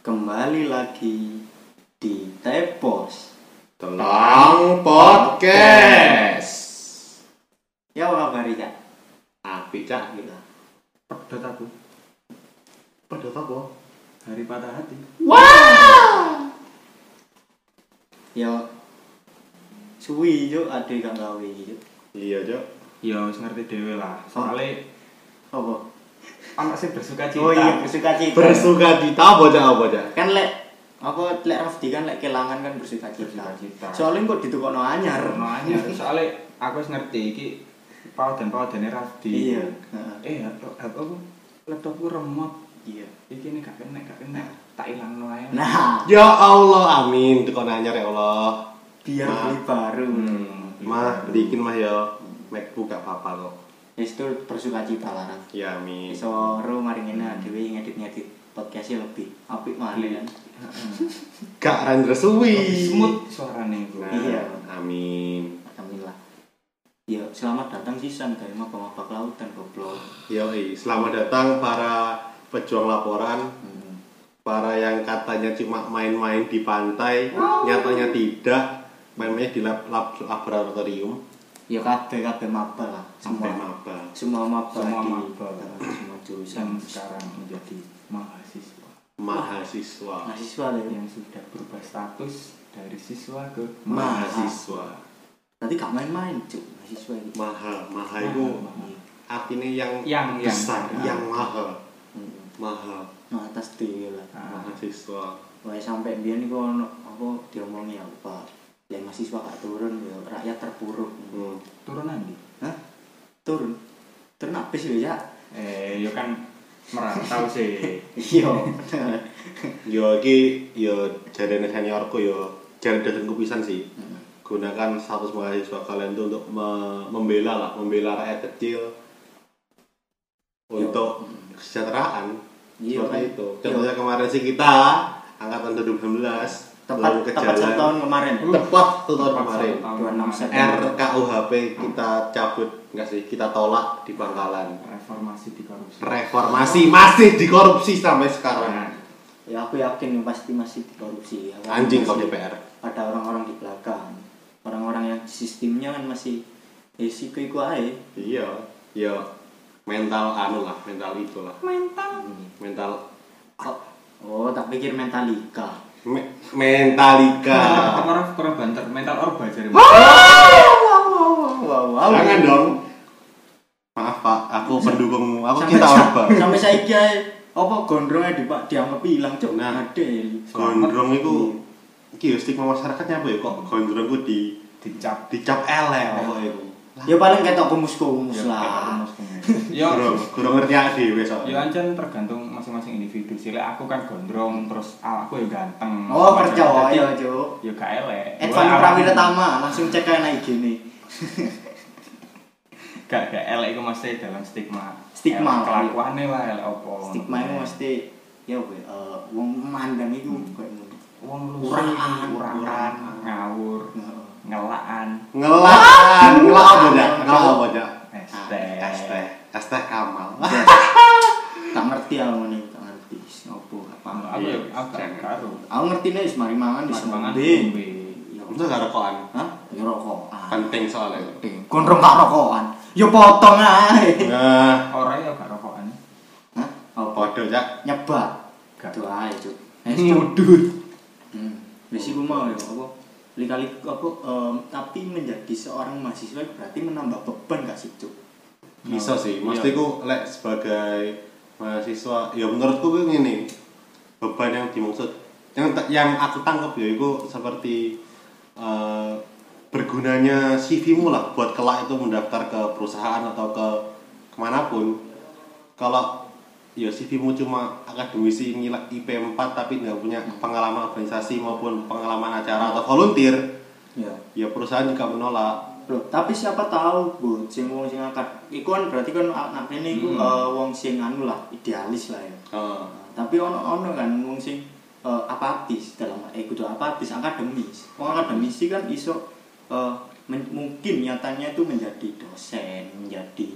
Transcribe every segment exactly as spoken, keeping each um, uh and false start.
Kembali lagi di Tepos Telang Podcast. Ya apa kabar Cak? Apik Cak Gila. Pedot aku. Pedot apa? Hari patah hati. Wah. Ya suwi yo ade gak gawe iki. Iya, Cok. Ya wis ngerti dhewe lah. Soale Apa? anak sing bersuka cita. Oh iya bersuka cita. Bersuka cita apa Cak apa Cak? Kan lek apa lek Rafdi kan lek kelangan kan bersuka cita. Bersuka cita. Soalnya kok ditukokno anyar. Makanya soale aku wis ngerti iki pauden-paudene Rafdi. Iya. Eh, apa apa laptopku remote. Iya. Iki nek gak kena gak kena tak ilangno ae. Nah, Ya Allah, amin. Tukon anyar ya Allah. biar Ma. beli baru. Hmm, Mah, bikin mah ya MacBook gak apa-apa kok. Wis itu bersuka cita lah. Raf. Ya amin. Iso ro mari ngene dhewe ngedit-ngedit podcastnya lebih apik malah kan. Gak randre suwi. Lebih smooth suarane iku. Nah, Iya. Amin. Alhamdulillah. Ya, selamat datang Sisan dari mabak-mabak lautan goblok. Yoi, selamat datang para pejuang laporan. Hmm. Para yang katanya cuma main-main di pantai, nyatanya tidak. Main-mainnya di lab, lab, laboratorium. Ya kabeh kabeh maba lah. Sampai Semua maba. semua maba Semua di- maba. semua Yang jurusan sekarang menjadi mahasiswa. Mahasiswa. mahasiswa lah ya. Yang sudah berubah status dari siswa ke Mahasiswa. Tadi gak main-main, Cuk, mahasiswa ini. Maha, maha itu Iya. artinya yang, Yang besar, yang, yang mahal. Hmm. Mahal. Nah, atas dhewe lah. Ah. Mahasiswa. Wah, sampai biyen iku ono apa diomongi apa? Lek mahasiswa gak turun ya rakyat terpuruk. Hmm. turunan di. Hah? Turun. Turun habis lho ya. Eh, yo kan merantau sih. Iya. Yo iki yo jarene seniorku yo jare dosenku pisan sih. Gunakan status mahasiswa kalian tuh untuk me- membela lah, membela rakyat kecil untuk kesejahteraan. Iya, Seperti kan? itu. Contohnya kemarin sih kita angkatan dua ribu sembilan belas Tepat belum ke tepat satu jalan. tahun kemarin. Tepat satu tahun kemarin. dua puluh enam R September. K U H P kita cabut, enggak sih? Kita tolak di Bangkalan. Reformasi di korupsi. Reformasi masih dikorupsi sampai sekarang. Ya aku yakin pasti masih dikorupsi. Ya, kan? Anjing kau Masih D P R. Ada orang-orang di belakang. Orang-orang yang sistemnya kan masih ya siku-iku ae. Iya, iya. Mental anu lah, mental itulah. Mental. Mental Oh, oh tak pikir mentalika. me- mentalika. Orang kurang banter, mental orba jare. Wow, wow, wow. Jangan dong. Maaf Pak, aku pendukungmu. Aku Sampai kita sa- orba. Sampai saiki ae apa gondrongnya di Pak dianggap hilang, Cuk. Nah. Adil. Gondrong itu iki yo stigma masyarakatnya apa ya kok gondrong ku di Dicap. dicap elek pokoknya itu. Ya paling ketok kumus-kumus lah. Yo, Kurang kurang ngerti awake dhewe yo soalnya. ancen tergantung masing-masing individu sih. Lek aku kan gondrong terus ah, aku ya ganteng. Oh, Wajar. percaya, Jadi, Cuk. Ya gak elek. Edvan Gua Prawirtama langsung cek kayak naik gini. Gak gak elek iku mesti dalam stigma. Stigma. Elek kelakuane lah elek opo. Stigma itu mesti ya apa ya, eh, wong mandang itu kayak ngono. wong Urakan, urakan, urakan, urakan. ngawur, Heeh. ngelaan, Ngelaan, ngelak apa aja? Ngelak apa aja? es Es teh. teh, es teh Kamal. Tak ngerti aku nih, tak ngerti. Opo gak paham. Aku ya aku gak Jangan. karo. Aku ngerti nih wis mari mangan wis Mangan ngombe. ngombe. Ya, Itu gak rokokan. hah? Ya rokokan. Penting soalnya. Gondrong gak rokokan. Ya potong ae. Nah, Ora ya gak rokokan. Hah? Apa? podo Cak. Nyebat. Gak. Itu ae, Cuk. Eh, Ngudut. Hmm. Wis iku mau ya apa? Kali-kali apa em, tapi menjadi seorang mahasiswa berarti menambah beban gak sih, Cuk? Bisa sih, Iya. mesti ku lek sebagai mahasiswa, ya menurutku ku ngene. Beban yang dimaksud yang yang aku tangkap ya itu seperti eh, bergunanya C V-mu lah buat kelak itu mendaftar ke perusahaan atau ke kemanapun. Kalau ya C V-mu cuma akademisi nilai I P empat tapi nggak punya pengalaman organisasi maupun pengalaman acara atau volunteer, Ya. ya perusahaan juga menolak. Loh, tapi siapa tahu, Bu, sing wong sing akad iku kan berarti kan anak ini iku Hmm. eh, wong sing anu lah, idealis lah ya. Eh, Tapi ono-ono kan wong sing eh, apatis dalam eh kudu apatis akademis. Wong akademisi kan iso eh, men- mungkin nyatanya itu menjadi dosen, menjadi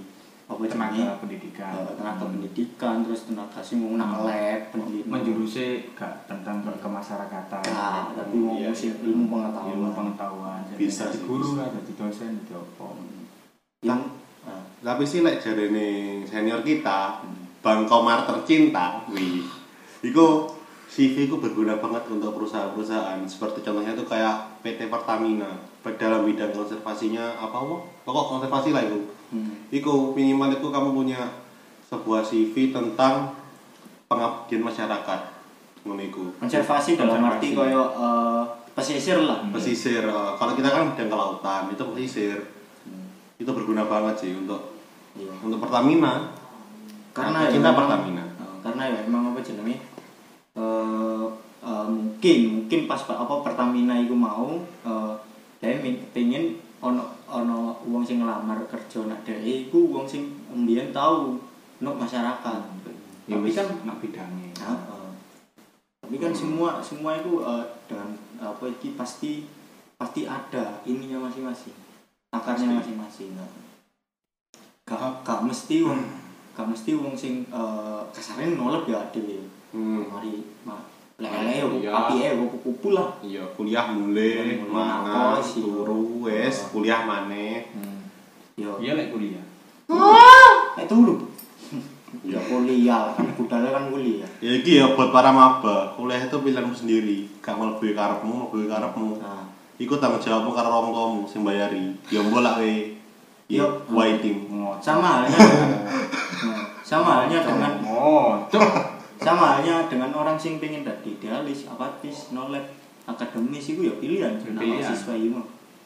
apa tenaga jenenge pendidikan uh, tenaga pendidikan terus tenaga sing wong nang lab peneliti menjurusnya gak tentang ke kemasyarakatan nah, tapi wong Iya, sing iya. ilmu pengetahuan ilmu pengetahuan Bisa jadi sih, guru bisa. lah jadi dosen jadi apa yang Tapi sih lek jarene senior kita, Bang Komar tercinta, wih. Iku C V ku berguna banget untuk perusahaan-perusahaan. Seperti contohnya tuh kayak P T Pertamina. Dalam bidang konservasinya apa apa? Pokok konservasi lah itu. hmm. Iku minimal itu kamu punya sebuah C V tentang pengabdian masyarakat. Ngono iku. konservasi dalam arti Konservasi. koyo uh, pesisir lah Pesisir. eh, Kalau kita kan bidang kelautan, itu pesisir. hmm. Itu berguna banget sih untuk Iya. untuk Pertamina. Karena cinta memang- Pertamina. uh, karena ya emang apa jenenge uh, uh, mungkin mungkin pas apa Pertamina itu mau uh, dia pengen ono ono wong sing ngelamar kerja nak dhewe iku wong sing mbiyen tahu nok masyarakat. ya Tapi wis kan nak bidangnya Nah, uh, tapi kan semua semua itu uh, dengan apa iki pasti pasti ada ininya masing-masing akarnya Pasti. masing-masing nah. gak gak mesti wong gak mesti wong sing uh, kasarnya nolep ya dhewe Hmm. mari mak lele yo Iya. apike kupu-kupu lah Iya, kuliah mulai, Mulai mangan, apa sih? turu, wes, Oh. kuliah maneh. hmm. yo iya lek kuliah nek turu ya kuliah kan budalnya kan kuliah Ya iki ya buat para maba, kuliah itu pilihanmu sendiri. Gak mlebu karepmu, mlebu karepmu. nah Iku tanggung jawabmu karo orang tuamu sing bayari. Ya mbok lak we. Yo. Yo, waiting. sama halnya nah, sama halnya dengan oh cok sama halnya dengan orang sing pengen tadi idealis apatis nolep akademis itu ya pilihan jeneng Pilihan. mahasiswa itu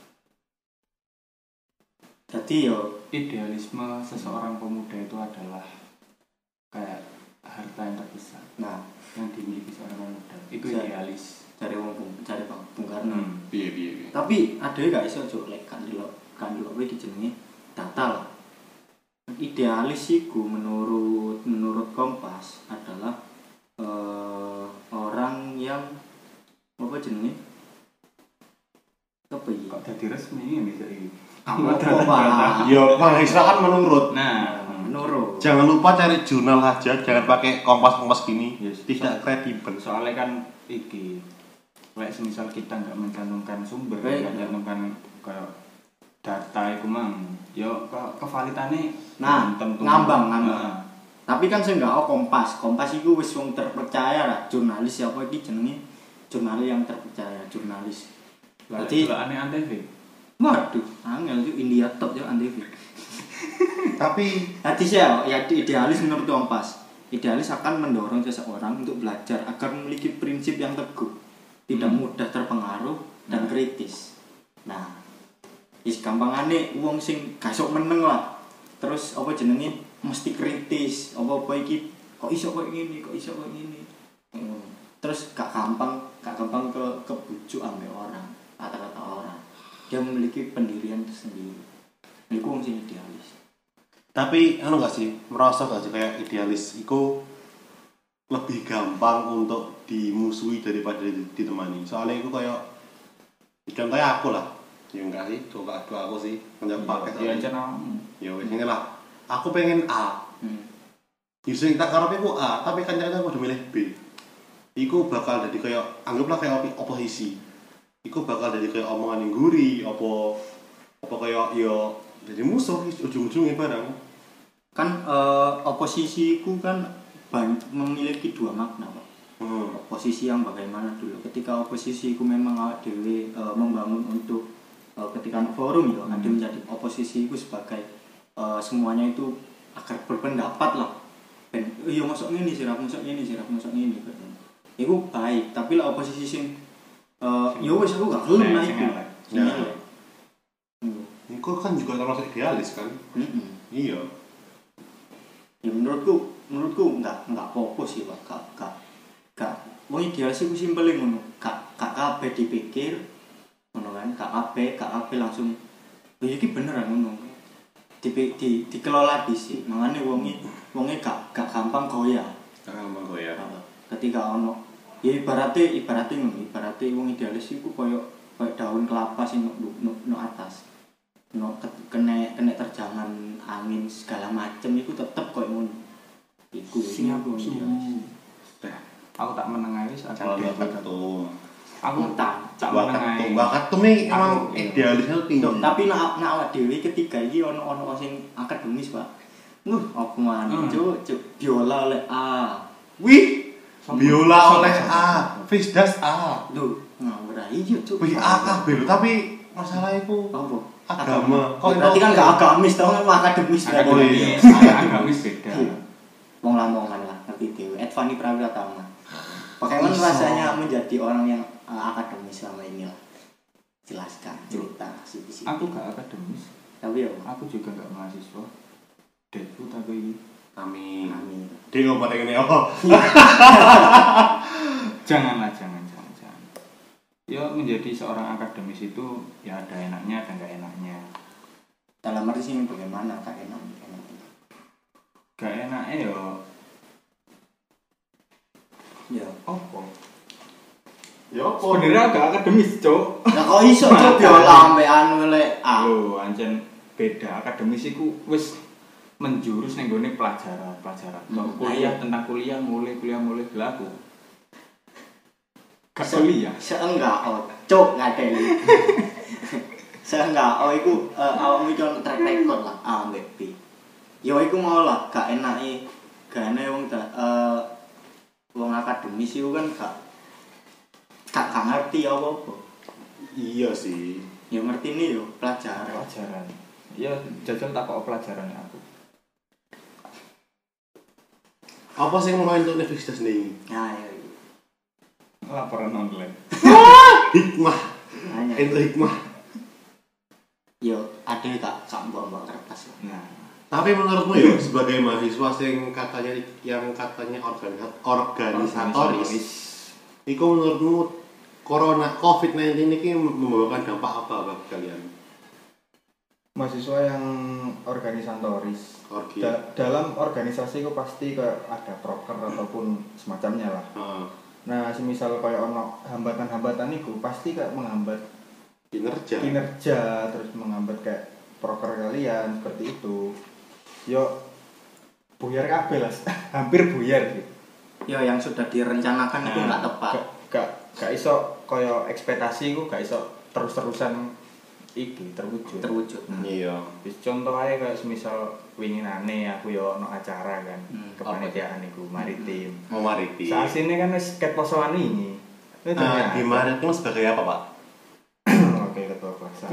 jadi yo idealisme seseorang pemuda itu adalah kayak harta yang terbesar nah yang dimiliki seorang pemuda itu Bisa. idealis cari wong Bung- cari Bang Bung Karno hmm. Piye piye piye. tapi ada gak iso cuk lek kan delok kan delok kuwi dijenenge data lah idealis iku menurut menurut Kompas adalah eh, orang yang apa jenenge apa ya kok jadi resmi ini bisa ini apa Pak? Yo, mahasiswa kan menurut. nah menurut Jangan lupa cari jurnal aja, jangan pakai kompas-kompas gini. Yes. Tidak kredibel. soalnya kan iki lek semisal kita nggak mencantumkan sumber Baik. nggak mencantumkan kayak data itu mang yo ke kevalitannya Nah, tentu ngambang, ngambang. Nah, tapi kan sing gak Kompas Kompas iku wis wong terpercaya lah jurnalis siapa iki jenenge jurnalis yang terpercaya jurnalis berarti berarti aneh antv waduh angel itu India top yo Antv Tapi Tadi saya ya idealis menurut Kompas idealis akan mendorong seseorang untuk belajar agar memiliki prinsip yang teguh tidak Hmm. mudah terpengaruh dan kritis nah wis gampangane wong sing gasok meneng lah terus apa jenenge mesti kritis apa-apa iki kok iso kok ngene kok iso kok ngene Hmm. terus gak gampang gak gampang ke kebujuk ambek orang kata-kata orang dia memiliki pendirian tersendiri iku wong sing idealis tapi anu gak sih, merasa gak sih kayak idealis itu lebih gampang untuk dimusuhi daripada ditemani. Soalnya itu kayak contohnya aku lah. Ya enggak sih, coba dua aku sih menjawab paket. ya channel Ya wes ini lah. Aku pengen A. hmm. Justru kita karepe ku A, tapi kan ternyata aku udah milih B. Iku bakal jadi kayak anggaplah kayak opi- oposisi. Iku bakal jadi kayak omongan yang gurih, apa apa kayak yo jadi musuh ujung-ujungnya barang. kan eh, oposisiku kan banyak memiliki dua makna Pak. Hmm. Oposisi yang bagaimana dulu ketika oposisi itu memang awak dewe eh, membangun untuk eh, ketika forum ya ada menjadi oposisi itu sebagai eh, semuanya itu agar berpendapat lah ben iya masuk ini sih masuk ini sih masuk ini itu baik tapi lah oposisi sing eh, ya wes aku gak gelem lah Sing itu elek. Sing Ya. elek. Hmm. Iku kan juga termasuk idealis kan? Mm-mm. Iya. Ya menurutku menurutku enggak enggak fokus sih Pak gak gak gak wong idealis iku simpel ngono gak gak kabeh dipikir ngono kan gak kabeh gak kabeh langsung oh iki beneran ngono di, di dikelola dhisik mangane wonge wonge gak gak gampang goyah Jangan ngomong ya. Heeh. Ketika ono ya ibaratnya ibaratnya ngono ibaratnya wong idealis iku koyo koyo daun kelapa sing no, no, no atas no kena kena terjangan angin segala macem iku tetep koyo ngono. Iku siap iku, su. iya. Aku tak meneng ae wis aku Calon dhewe. ketum. Aku tak tak Wah meneng ae. ketum, wah ketum ini Aku- emang iya. idealisnya tuh tinggi. Loh, tapi nak nak awak dhewe ketiga iki ono-ono sing akademis, Pak. Nuh, apa maneh, Hmm. Cuk, Cuk. Biola oleh A. Wih, Sama- biola sama- oleh sama- A, sama. Fisdas A. Loh, ngawur ae iya, Cuk. Wih A kabeh lho, tapi masalah itu Apa? agama. Kok berarti kan gak agamis tau kan akademis berarti. Oh, iya. Akademis, agamis beda. Wong lamongan lah, ngerti dhewe. Edvani Prawatama. Bagaimana Iso. rasanya menjadi orang yang uh, akademis selama ini lah? Jelaskan cerita sisi. Aku gak akademis. Tapi ya, Aku juga gak mahasiswa. Deadwood aku ini. Amin. amin. Dia ngomong ini oh. Janganlah, jangan, jangan, jangan. Ya menjadi seorang akademis itu ya ada enaknya dan gak enaknya. Dalam arti sini bagaimana kak enak enak. Gak enaknya ya Ya. apa? Ya apa? Sebenarnya gak akademis, Cok. Lah kok iso Cuk biola ambek anu lek A. Lho, ancen beda. Akademis iku wis menjurus ning gone pelajaran, pelajaran. Kalau Hmm, kuliah iya. tentang kuliah, mulai kuliah mulai belaku. Gak kuliah. Seenggak oh, Cuk ngadeli. Seenggak oh iku uh, awakmu iki ono track record lah A ambek B. Ya iku mau lah gak enake gak enak wong da, eh, wong akademis iku kan gak gak, gak ngerti apa-apa. Iya sih. Ya ngerti nih yo pelajaran. Pelajaran. Ya jajal tak kok pelajaran aku. Apa sih yang mau untuk Fisdas nih? Nah, ya. Laporan online. Hikmah. Hanya Itu hikmah. yo ada gak gak mbok-mbok kertas lah. Nah, Tapi menurutmu ya sebagai mahasiswa yang katanya yang katanya organi- organisatoris, itu menurutmu corona covid sembilan belas ini membawakan dampak apa bagi kalian? Mahasiswa yang organisatoris Orgi. Da- dalam organisasi itu pasti ke ada proker ataupun semacamnya lah. Heeh. Nah, semisal kayak ono hambatan-hambatan itu pasti kayak menghambat Kinerja. kinerja, terus menghambat kayak proker kalian seperti itu. Yo buyar kabeh lah, hampir buyar gitu. Yo yang sudah direncanakan itu Nah, nggak tepat. Gak gak gak iso kaya ekspektasi ku gak iso terus-terusan iki terwujud. Terwujud. Iya. wis contoh aja kayak semisal winginane aku yo ono acara kan, Hmm, kepanitiaan iku maritim. Mau maritim. Saat ini kan wis ket posoan ini. Itu Nah, di maritim sebagai apa, Pak? Oke, ketua kelas.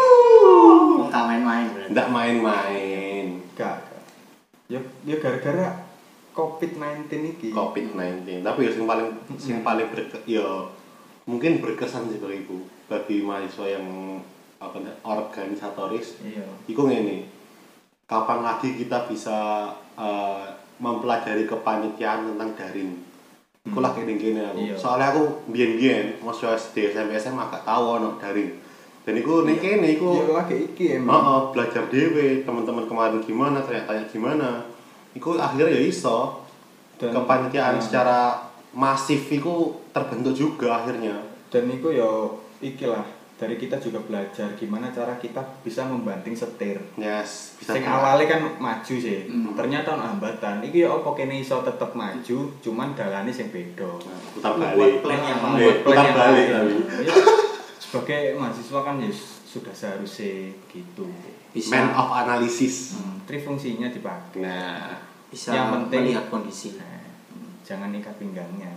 Wong gak main-main berarti. Tidak main-main. Gak, gak. Ya ya gara-gara covid sembilan belas iki. covid sembilan belas. Tapi ya yang paling yang paling berke, ya mungkin berkesan sih bagiku bagi mahasiswa yang apa organisatoris. Iya. Iku ngene. Kapan lagi kita bisa uh, mempelajari kepanitiaan tentang daring? Iku lah kene gini aku. Iya. Soalnya aku biyen-biyen masih S D, S M P, S M A gak tau ono daring. Dan iku ning kene iku Ya lagi iki heeh, emang. belajar dhewe, teman-teman kemarin gimana, tanya-tanya gimana. Iku akhirnya ya iso. Dan- Kepanitiaan nah. secara masif iku terbentuk juga akhirnya. Dan itu ya iki lah, dari kita juga belajar gimana cara kita bisa membanting setir. Yes, bisa Sing gerak. awalnya kan maju sih, Hmm. ternyata ono hambatan. Iki ya apa kene iso tetep maju, cuman dalane sing beda. putar Membuat balik. plan yang Membuat Eh, plan putar yang balik lain. tapi. Ya, sebagai mahasiswa kan ya sudah seharusnya gitu. Bisa Man of analysis. Hmm, trifungsinya dipakai. Nah, bisa yang penting- melihat kondisi. Nah, jangan ikat pinggangnya.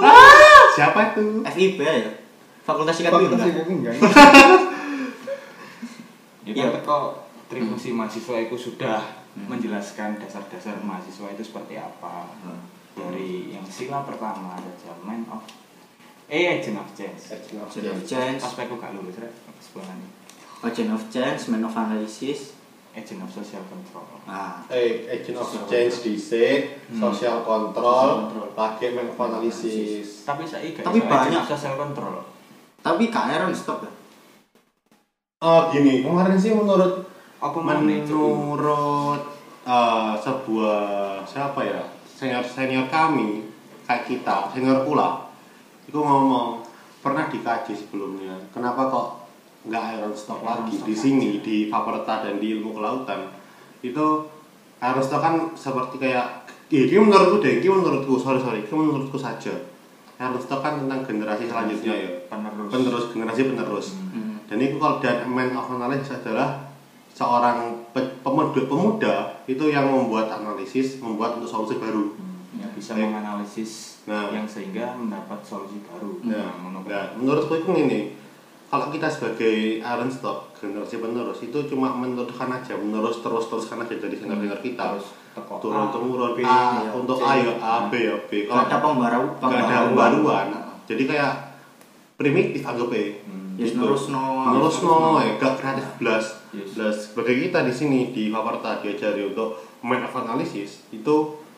siapa itu? F I B ya. Fakultas Ikat Fakultas Pinggang. ikat pinggang. Ya Iya. kan teko trifungsi mahasiswa itu sudah Hmm. menjelaskan dasar-dasar mahasiswa itu seperti apa. Hmm. Dari yang sila pertama ada zaman of eh agent of change. Agent of Change, Aspekku gak lulus rek sebulan ini. Agent of Change, Man of Analysis. Agent of social control. Nah, Eh, agent of Social change D C, Hmm. social Social control, control. lagi man of analysis. Tapi saya gak Tapi iso banyak. agent of social control. tapi K R on stop ya. Oh gini, kemarin sih menurut Apa menurut menurut uh, sebuah siapa ya senior senior kami kayak kita senior pula itu ngomong pernah dikaji sebelumnya kenapa kok nggak iron stock Iron lagi stock di sini di Faperta dan di ilmu kelautan itu iron stock kan seperti kayak ya, ini menurutku deh, ini menurutku sorry sorry, ini menurutku saja iron stock kan tentang generasi selanjutnya ya, penerus penerus generasi penerus. Hmm. Dan itu kalau dan main of analysis adalah seorang pe- pemuda pemuda itu yang membuat analisis, membuat untuk solusi baru. Hmm, yang bisa Baik. menganalisis Nah. yang sehingga mendapat solusi baru. Nah, menurut nah, menurutku itu ini, kalau kita sebagai iron stock generasi penerus itu cuma meneruskan aja, menerus terus teruskan aja dari senior-senior kita. harus teko Turun A, temurun B, A ya, untuk C. A ya A, B ya B. Gak ada pembaru nggak ada pembaruan, jadi kayak primitif anggapnya. Hmm. Yes, Gitu. nerusno. Nerusno, ya, gak kreatif belas. Yes. Belas. Sebagai kita di sini di Faperta diajari untuk main of analysis itu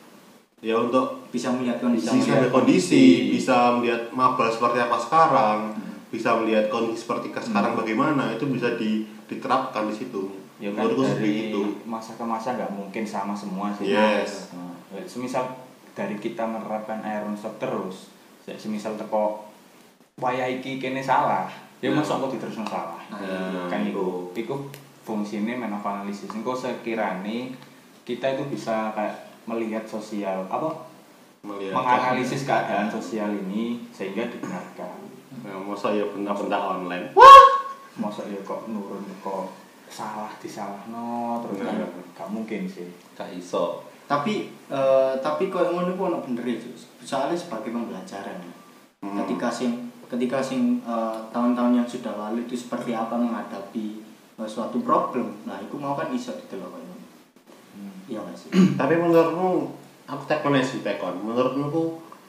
ya untuk Bisa melihat kondisi. bisa melihat kondisi, bisa melihat maba seperti apa sekarang, bisa melihat kondisi seperti sekarang bagaimana, itu bisa di, diterapkan di situ. Ya kan Menurutku seperti dari itu. masa ke masa nggak mungkin sama semua sih. Yes. Nah, semisal dari kita menerapkan iron stock terus, se- semisal teko wayah iki kene salah, ya Nah. masuk kok diterusno salah. Nah, kan itu. itu, itu fungsinya main of analysis. Engko sekiranya kita itu bisa kayak melihat sosial apa Melihat menganalisis keadaan sosial ini sehingga dibenarkan. nah, masa ya benda-benda online. Masa ya kok nurun kok salah disalahno terus Bener. kan gak mungkin sih. Gak iso. Tapi eh, tapi kok ngono ku ono bener itu. Soalnya sebagai pembelajaran. Hmm. Ketika sing ketika sing eh, tahun-tahun yang sudah lalu itu seperti apa menghadapi eh, suatu problem. Nah, itu mau kan iso didelok koyo ngono. Hmm. Iya gak sih? Tapi menurutmu, aku tekon sih tekon. Menurutmu ku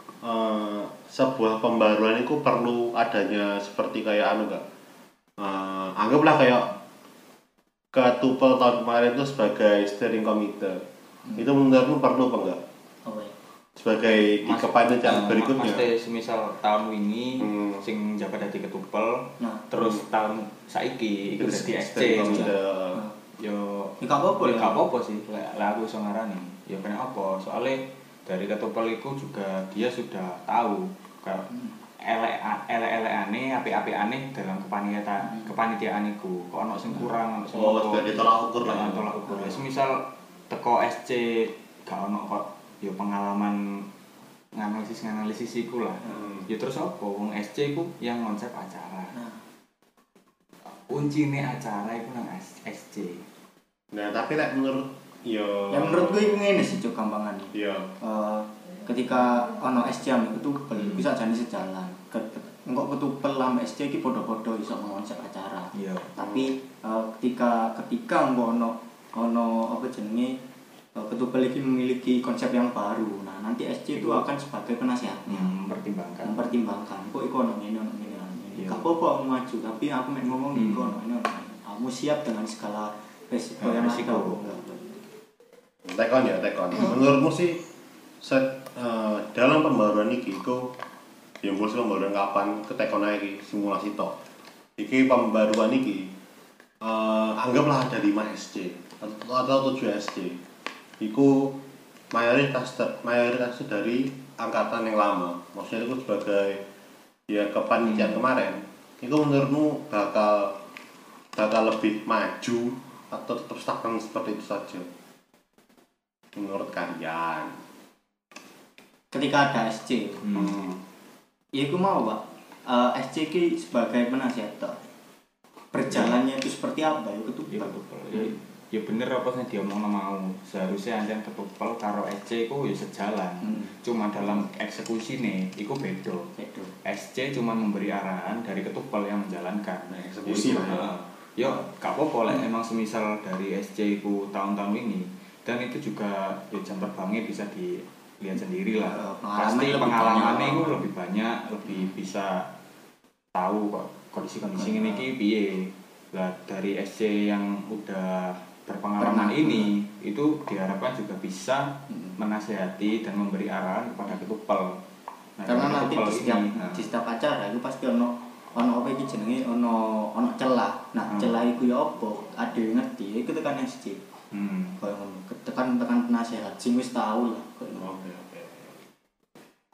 eh, sebuah pembaruan itu perlu adanya seperti kayak anu gak? Eh, anggaplah kayak ketupel tahun kemarin itu sebagai steering committee. Hmm. Itu menurutmu perlu apa enggak? Oh, iya. Sebagai di Mas- kepanitiaan eh, berikutnya. Mas semisal tahun wingi Hmm. sing jabat dadi ketupel Nah, terus tahun saiki iku dadi S C. Steering committee. nah. Yo Ya gak apa-apa ya ya. gak apa-apa sih lek lek aku iso ngarani. Ya kena apa? Soalnya dari ketupel itu juga dia sudah tahu kayak elek elek-elekane apik-apikane dalam kepanitiaan kepanitiaan iku. Kok ono sing kurang, ono sing Oh, apa. sudah ditolak ukur lah. Nah, tolak ukur. Ya, semisal teko S C gak ono kok ya pengalaman nganalisis-nganalisis iku lah. Hmm. Ya terus apa? Wong S C ku yang konsep acara. Nah, Kuncine acara iku nang S C. Nah, tapi lek menurut yo ya menurut gue itu ngene sih cuk gampangane. yo Eh, ketika ono S C ame ketupel iku sakjane sejalan. Ket- Engkok ketupel ame S C iki padha-padha iso ngonsep acara. Iya. Tapi eh, ketika ketika engko ono ono apa jenenge eh, ketupel iki memiliki konsep yang baru. Nah, nanti S C itu akan sebagai penasehatnya. Hmm, mempertimbangkan. Mempertimbangkan. Kok iku ono ngene ono ngene ono ngene. Iya. Gak apa-apa aku maju, tapi aku mek ngomong Hmm. iku ono ngene ono ngene. Kamu siap dengan segala resiko Ya, yang resiko. ada. apa enggak? tekon ya tekon. Menurutmu sih set, eh, dalam pembaruan iki iku ya mbok pembaruan kapan ketekon ae iki simulasi tok. Iki pembaruan iki eh, anggaplah ada lima S C atau, atau tujuh S C. Iku mayoritas ter- mayoritas itu dari angkatan yang lama. Maksudnya itu sebagai ya kepanitiaan kemarin. Itu menurutmu bakal bakal lebih maju atau tetap stagnan seperti itu saja? Menurut kalian? Ketika ada S C, Hmm. ya aku mau pak Eh, S C ki sebagai penasihat toh. Berjalannya itu seperti apa ya Iya ketupel. ketupel. Ya, ya bener apa sing diomongno mau. Seharusnya anjen ketupel karo S C iku ya sejalan. Hmm. Cuma dalam eksekusi iku beda. Itu. S C cuma memberi arahan dari ketupel yang menjalankan. Nah, eksekusi lah ya. Heeh. Ya, gak apa-apa lek emang semisal dari S C iku tahun-tahun ini dan itu juga ya jam terbangnya bisa dilihat sendiri lah. Eh, pengalaman Pasti lebih pengalamannya banyak. itu lebih banyak, lebih bisa tahu kok kondisi-kondisi ini ki piye. Lah dari S C yang udah berpengalaman Pernah. ini itu diharapkan juga bisa Hmm. menasehati dan memberi arahan kepada ketupel. Nah, Karena dari nanti ketupel di setiap ini, nah, di setiap acara itu pasti ono ono apa iki jenenge ono ono celah. Nah, Hmm. celah iku ya apa? Ada yang ngerti, itu tekan S C. hmm. Kayak ngono. Tekan tekan penasehat sing wis tahu lah kayak ngono. Oke oke.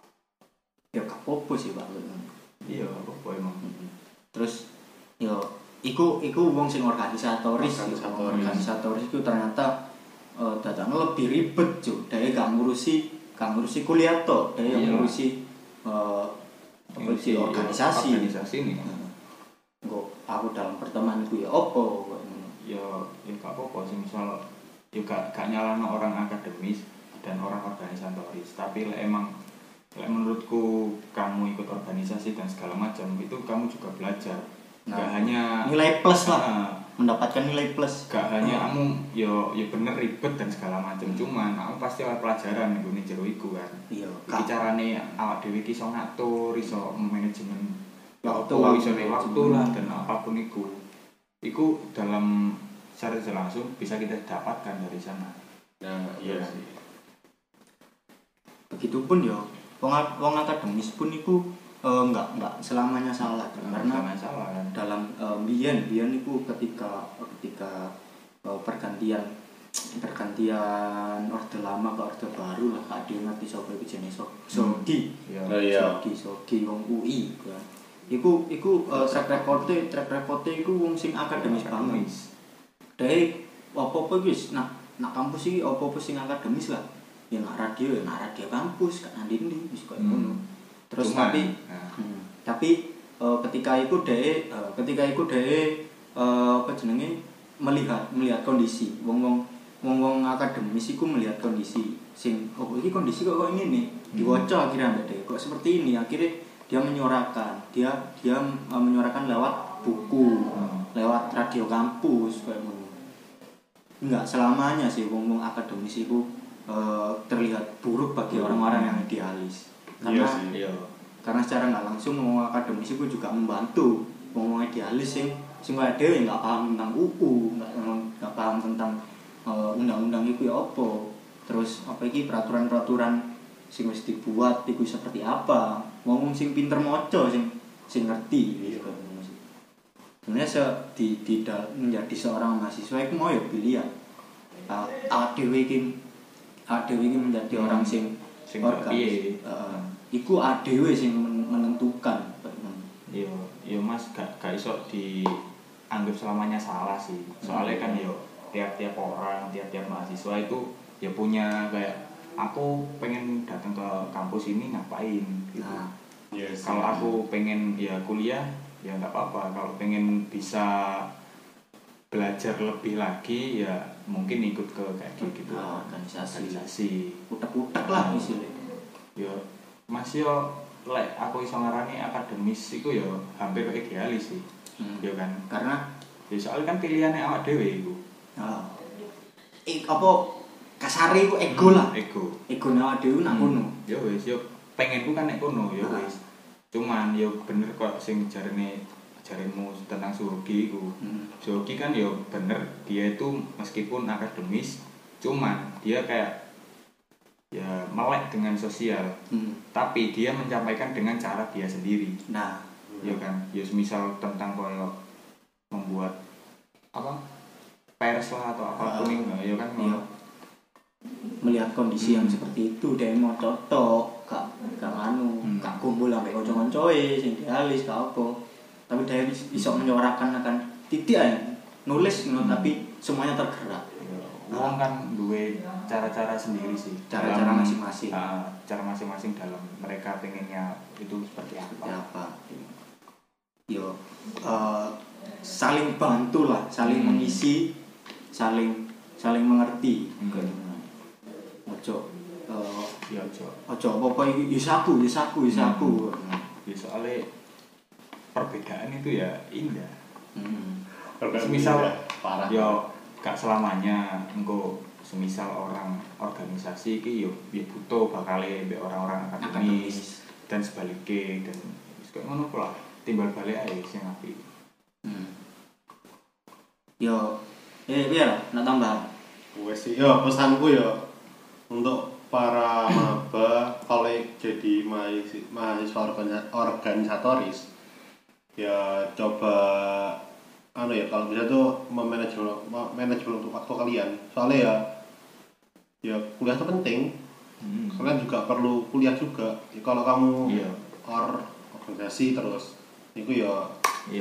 Ya gak apa-apa sih Pak. kayak ngono. Iya, apa emang. Terus yo iku iku wong sing organisatoris Organisatoris. organisatoris iku ternyata uh, datangnya lebih ribet cuk dari gak ngurusi gak ngurusi kuliah tok dari Iya. ngurusi uh, apa sih organisasi organisasi nih kok aku dalam pertemananku ya opo kok ngono. ya ya gak apa-apa sih misal ya gak, gak nyalano orang akademis dan orang organisatoris tapi lek emang lek menurutku kamu ikut organisasi dan segala macam itu kamu juga belajar Nah, gak hanya nilai plus lah Nah, mendapatkan nilai plus gak hanya kamu yo yo bener ribet dan segala macam cuman kamu pasti oleh pelajaran nih gue jero iku kan iya iki carane awak dhewe iki iso ngatur iso manajemen Waktu, waktu iso waktu. nih waktu lah dan apapun iku iku dalam secara tidak langsung bisa kita dapatkan dari sana. Nah, iya sih. Begitupun ya wong wong akademis pun iku eh, enggak enggak selamanya salah kan? Karena Karena salah kan dalam uh, biyen biyen itu ketika ketika uh, pergantian pergantian orde lama ke orde baru lah ada ngerti sapa iku jenis so- Sogi ya Oh, iya. Sogi Sogi wong U I kan iku iku uh, track record track record iku wong sing akademis banget dari apa-apa wis nak nak kampus iki apa-apa sing akademis lah ya nak radio ya nak radio kampus kan ndi-ndi wis koyo ngono terus Cuman, tapi nah. hmm, tapi uh, ketika itu deh uh, ketika itu deh uh, apa jenenge melihat melihat kondisi wong-wong wong-wong akademis iku melihat kondisi sing oh ini kondisi kok kok ini nih diwaca akhirnya ambek deh kok seperti ini akhirnya dia menyuarakan dia dia uh, menyuarakan lewat buku Hmm. lewat radio kampus kayak ngono enggak selamanya sih wong-wong akademis itu uh, terlihat buruk bagi orang-orang yang idealis karena Iya sih. Iya. karena secara nggak langsung ngomong akademis itu juga membantu ngomong idealis sing sing wae dhewe nggak paham tentang U U nggak nggak paham tentang uh, undang-undang itu ya apa terus apa iki peraturan-peraturan sing wis dibuat iku seperti apa ngomong sing pinter maca sing sing ngerti gitu kan sebenarnya se di tidak menjadi seorang mahasiswa itu mau ya pilihan uh, awak dhewe iki awak dhewe iki menjadi orang sing Sing organ piye? uh, iku adewe sing menentukan. Yo, yo Mas gak gak iso dianggap selamanya salah sih. Soalnya kan yo tiap-tiap orang, tiap-tiap mahasiswa itu ya punya kayak aku pengen datang ke kampus ini ngapain gitu. Nah, Iya sih. Kalau aku pengen ya kuliah ya nggak apa-apa. Kalau pengen bisa belajar lebih lagi ya mungkin ikut ke kayak gitu nah, organisasi, organisasi. utek-utek lah istilahnya. Yo Mas yo lek aku iso ngarani akademis iku yo hampir idealis sih. Hmm. Yo kan. Karena Ya soalnya kan pilihannya awak dhewe iku. uh, eh, apa kasare iku ego lah. Ego. Ego awake dhewe nak ngono. Ya wis yo pengenku kan nek kono ya Ah. wis. Cuman yo bener kok sing jarene jaremu tentang Sugi iku. Hmm. Sugi kan yo bener dia itu meskipun akademis cuman dia kayak ya melek dengan sosial Hmm. tapi dia menyampaikan dengan cara dia sendiri. Nah, Ya kan, ya misal tentang koyo membuat apa pers lah atau apapun itu, ya kan. iya. Melihat kondisi yang seperti itu dia mau cocok, gak gak anu, Hmm. gak kumpul sampai kanca-kancoe sing idealis gak apa. Tapi dia bis- bisa menyuarakan akan titik aja nulis ngono tapi semuanya tergerak. Wong kan duwe cara-cara sendiri sih, Cara-cara dalam- masing-masing. Ah, cara masing-masing dalam mereka pengennya itu seperti Seperti apa. apa? Yo eh, saling bantu lah, saling Hmm. mengisi, saling saling mengerti. Hmm. Ojo eh, Ya ojo. ojo apa-apa iki wis aku, wis aku, wis aku. Ya soalnya perbedaan itu ya indah. Hmm. Semisal parah. yo gak selamanya engko semisal orang organisasi iki yo ya butuh bakal mbek orang-orang akademis Akademis. dan sebaliknya dan wis koyo ngono lah timbal balik ae sing apik. Hmm. Yo, eh biar nak tambah. Wes sih, ya pesanku ya untuk para maba kalau jadi mahasiswa, mahasiswa organi- organisatoris ya coba anu ya kalau bisa tuh memanajemen manajemen untuk waktu kalian soalnya ya ya kuliah itu penting Hmm. kalian juga perlu kuliah juga ya, kalau kamu Iya. or organisasi terus itu ya Iya.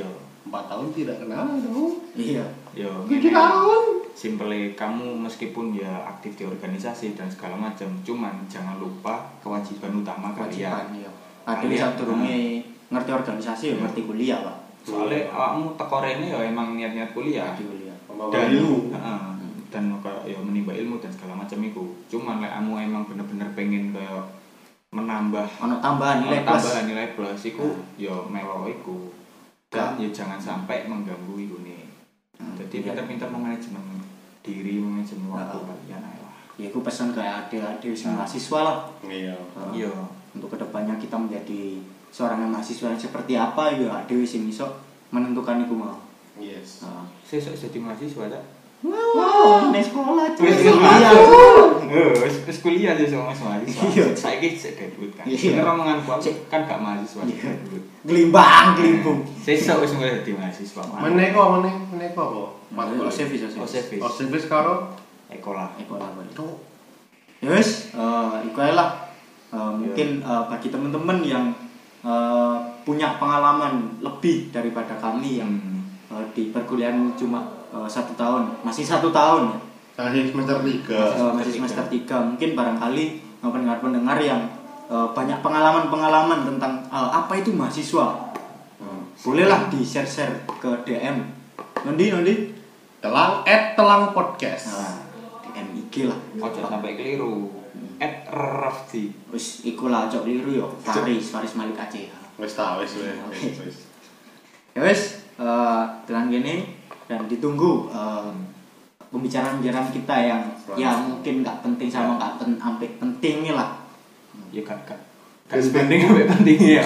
empat tahun tidak kenal dong. Iya. Yo, tujuh ngene. tahun. Simple kamu meskipun ya aktif di organisasi dan segala macam, cuman jangan lupa kewajiban utama Kewajiban kalian. iya. Adewe Kalian, sadurunge ngerti organisasi ya ngerti kuliah, Pak. Soalnya awakmu teko rene ya emang niat-niat kuliah. Ngerti kuliah. Membawa Dan ilmu. heeh, dan kayak ya menimba ilmu dan segala macam itu. Cuman lek kamu emang bener-bener pengen kayak menambah Ono tambahan nilai ono plus. tambahan nilai plus iku ya melo iku. Dan ya jangan sampai mengganggu iku nih. Hmm, Jadi iya. pinter-pinter memanajemen diri, manajemen waktu Heeh. kalian ae lah. Ya aku pesan ke adik-adik sing mahasiswa lah. Iya. Uh, Iya. Untuk kedepannya kita menjadi seorang mahasiswa yang seperti apa ya adewe sing iso menentukan iku mau. Yes. Uh, Sesuk jadi mahasiswa ta? wow, nek sekolah tuh. Wis Iya. Eh, wis wis kuliah sih sama mahasiswa. Iya. Saiki sik debut kan. Iya. Bener omonganku aku kan gak mahasiswa sik Iya. debut. Gelimbang, gelimbung. Sesuk wis mulai jadi mahasiswa. Meneko meneh meneko apa? Matkul Osevis, Oh, Osevis. service. Osevis karo Ekola. Eko lah boleh. Cuk. Ya wis, eh, iku ae lah. Eh, mungkin eh, bagi teman-teman yang eh, punya pengalaman lebih daripada kami yang Hmm. eh, di perkuliahan cuma eh, satu tahun, masih satu tahun ya. Masih semester tiga. Eh, masih semester tiga. Mungkin barangkali eh, pendengar-pendengar yang eh, banyak pengalaman-pengalaman tentang eh, apa itu mahasiswa. Eh, bolehlah di share-share ke D M. Nondi, Nondi. Telang at telang podcast. Nah, D M I G lah. Ojo sampai keliru. At Rafdi. Wis iku lah cok liru yo. Faris, Faris Malik Aceh. Wis ta wis wis. Oke. wis. Ya wis, eh dengan gini dan ditunggu eh, pembicaraan-pembicaraan kita yang ya mungkin nggak penting sama nggak pen, sampai pentingnya lah. Ya kan kan. Kan sebanding sampai pentingnya ya.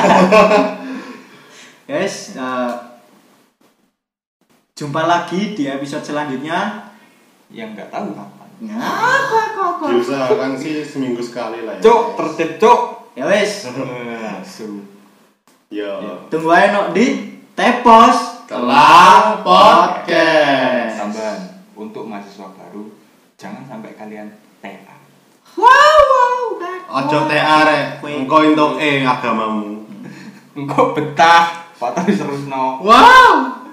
Guys, eh, jumpa lagi di episode selanjutnya. Yang nggak tahu kapan. Nah, kok kok kok. Diusahakan sih seminggu sekali lah ya. Cuk, tertib cuk. Ya wis, Su. Yo. tunggu aja no di Tepos Telang Podcast. Tambahan untuk mahasiswa baru, jangan sampai kalian T A. Wow wow. Ojo T A rek. Engko entuk E agamamu. Engkau betah, patah terus no. Wow.